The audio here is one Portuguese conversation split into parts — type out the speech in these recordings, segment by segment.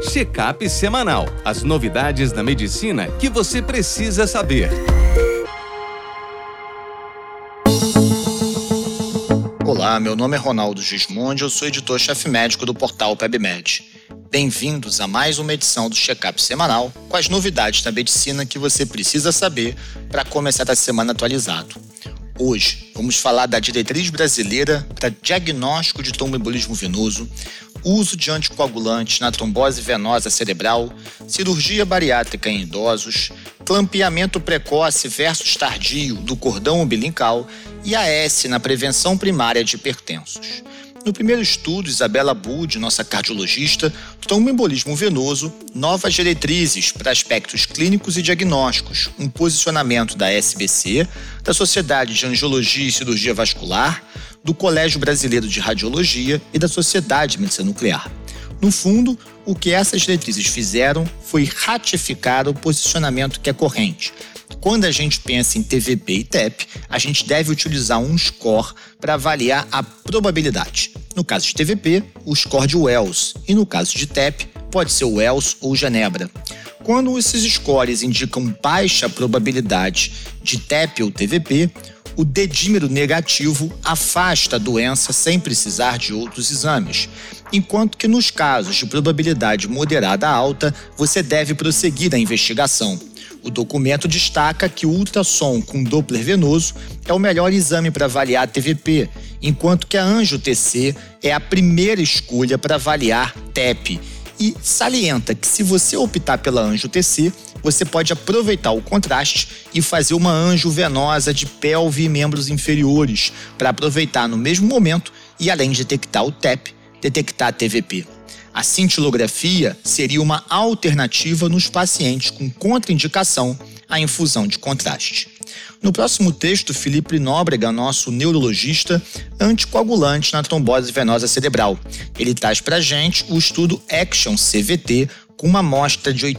Check-up semanal. As novidades da medicina que você precisa saber. Olá, meu nome é Ronaldo Gismondi, eu sou editor-chefe médico do portal PebMed. Bem-vindos a mais uma edição do Check-up semanal com as novidades da medicina que você precisa saber para começar a semana atualizado. Hoje, vamos falar da diretriz brasileira para diagnóstico de tromboembolismo venoso, uso de anticoagulantes na trombose venosa cerebral, cirurgia bariátrica em idosos, clampeamento precoce versus tardio do cordão umbilical e AS na prevenção primária de hipertensos. No primeiro estudo, Isabela Budi, nossa cardiologista, tromboembolismo venoso, novas diretrizes para aspectos clínicos e diagnósticos, um posicionamento da SBC, da Sociedade de Angiologia e Cirurgia Vascular, do Colégio Brasileiro de Radiologia e da Sociedade de Medicina Nuclear. No fundo, o que essas diretrizes fizeram foi ratificar o posicionamento que é corrente. Quando a gente pensa em TVP e TEP, a gente deve utilizar um score para avaliar a probabilidade. No caso de TVP, o score de Wells, e no caso de TEP, pode ser o Wells ou Genebra. Quando esses scores indicam baixa probabilidade de TEP ou TVP, o dedímero negativo afasta a doença sem precisar de outros exames, enquanto que nos casos de probabilidade moderada a alta, você deve prosseguir a investigação. O documento destaca que o ultrassom com Doppler venoso é o melhor exame para avaliar a TVP, enquanto que a angio-TC é a primeira escolha para avaliar TEP. E salienta que se você optar pela angio-TC, você pode aproveitar o contraste e fazer uma angio-venosa de pelve e membros inferiores para aproveitar no mesmo momento e, além de detectar o TEP, detectar a TVP. A cintilografia seria uma alternativa nos pacientes com contraindicação à infusão de contraste. No próximo texto, Felipe Nóbrega, nosso neurologista, anticoagulante na trombose venosa cerebral. Ele traz para a gente o estudo Action CVT com uma amostra de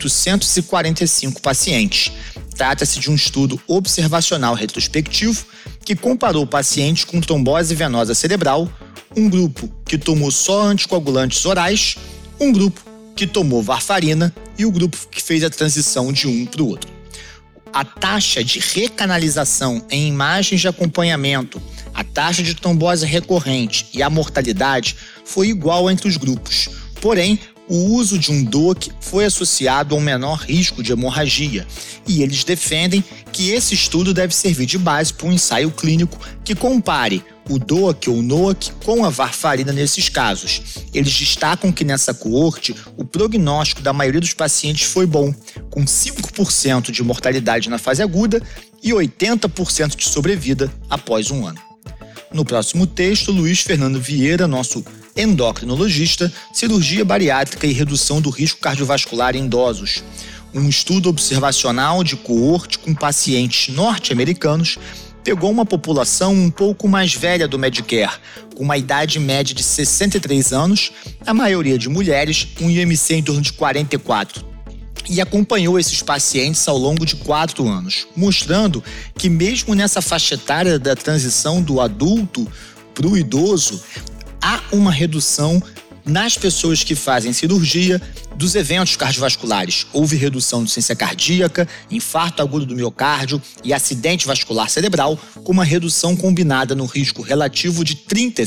845 pacientes. Trata-se de um estudo observacional retrospectivo que comparou pacientes com trombose venosa cerebral, um grupo que tomou só anticoagulantes orais, um grupo que tomou varfarina e o grupo que fez a transição de um para o outro. A taxa de recanalização em imagens de acompanhamento, a taxa de trombose recorrente e a mortalidade foi igual entre os grupos. Porém, o uso de um DOAC foi associado a um menor risco de hemorragia e eles defendem que esse estudo deve servir de base para um ensaio clínico que compare o DOAC ou NOAC com a varfarina nesses casos. Eles destacam que nessa coorte o prognóstico da maioria dos pacientes foi bom, com 5% de mortalidade na fase aguda e 80% de sobrevida após um ano. No próximo texto, Luiz Fernando Vieira, nosso endocrinologista, cirurgia bariátrica e redução do risco cardiovascular em idosos. Um estudo observacional de coorte com pacientes norte-americanos pegou uma população um pouco mais velha do Medicare, com uma idade média de 63 anos, a maioria de mulheres, um IMC em torno de 44, e acompanhou esses pacientes ao longo de 4 anos, mostrando que mesmo nessa faixa etária da transição do adulto para o idoso, há uma redução nas pessoas que fazem cirurgia dos eventos cardiovasculares. Houve redução de insuficiência cardíaca, infarto agudo do miocárdio e acidente vascular cerebral, com uma redução combinada no risco relativo de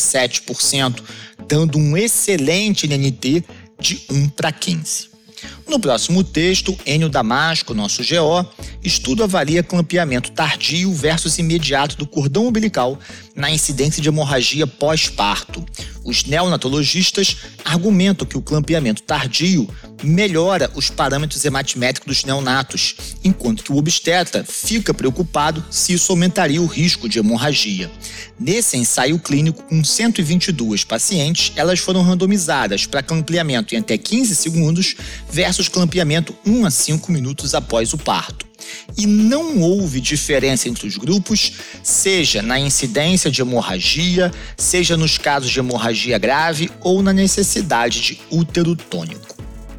37%, dando um excelente NNT de 1:15. No próximo texto, Enio Damasco, nosso GO, estudo avalia clampeamento tardio versus imediato do cordão umbilical na incidência de hemorragia pós-parto. Os neonatologistas argumentam que o clampeamento tardio melhora os parâmetros hematimétricos dos neonatos, enquanto que o obstetra fica preocupado se isso aumentaria o risco de hemorragia. Nesse ensaio clínico, com 122 pacientes, elas foram randomizadas para clampeamento em até 15 segundos versus clampeamento 1 a 5 minutos após o parto. E não houve diferença entre os grupos, seja na incidência de hemorragia, seja nos casos de hemorragia grave ou na necessidade de útero tônico.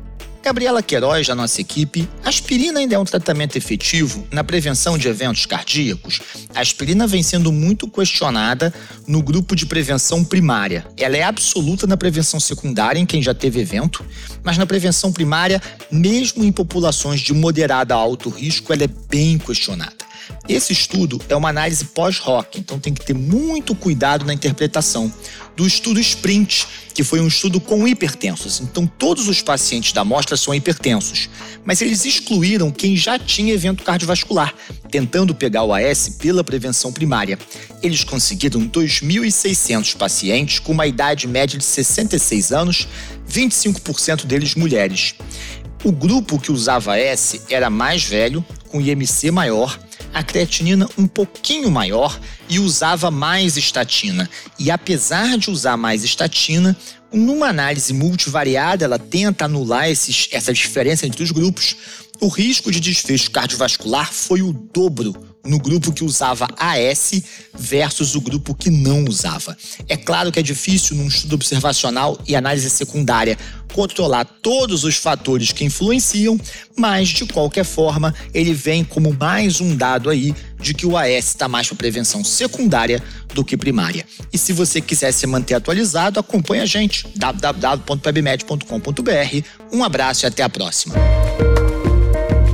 Gabriela Queiroz, da nossa equipe, a aspirina ainda é um tratamento efetivo na prevenção de eventos cardíacos? A aspirina vem sendo muito questionada no grupo de prevenção primária. Ela é absoluta na prevenção secundária em quem já teve evento, mas na prevenção primária, mesmo em populações de moderado a alto risco, ela é bem questionada. Esse estudo é uma análise pós-hoc, então tem que ter muito cuidado na interpretação do estudo SPRINT, que foi um estudo com hipertensos. Então, todos os pacientes da amostra são hipertensos, mas eles excluíram quem já tinha evento cardiovascular, tentando pegar o AS pela prevenção primária. Eles conseguiram 2.600 pacientes com uma idade média de 66 anos, 25% deles mulheres. O grupo que usava AS era mais velho, com IMC maior, a creatinina um pouquinho maior e usava mais estatina. E apesar de usar mais estatina, numa análise multivariada, ela tenta anular essa diferença entre os grupos. O risco de desfecho cardiovascular foi o dobro no grupo que usava AS versus o grupo que não usava. É claro que é difícil, num estudo observacional e análise secundária, controlar todos os fatores que influenciam, mas, de qualquer forma, ele vem como mais um dado aí de que o AS está mais para prevenção secundária do que primária. E se você quiser se manter atualizado, acompanhe a gente, www.pebmed.com.br. Um abraço e até a próxima.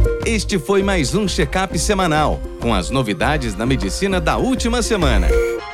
Este foi mais um check-up semanal, com as novidades da medicina da última semana.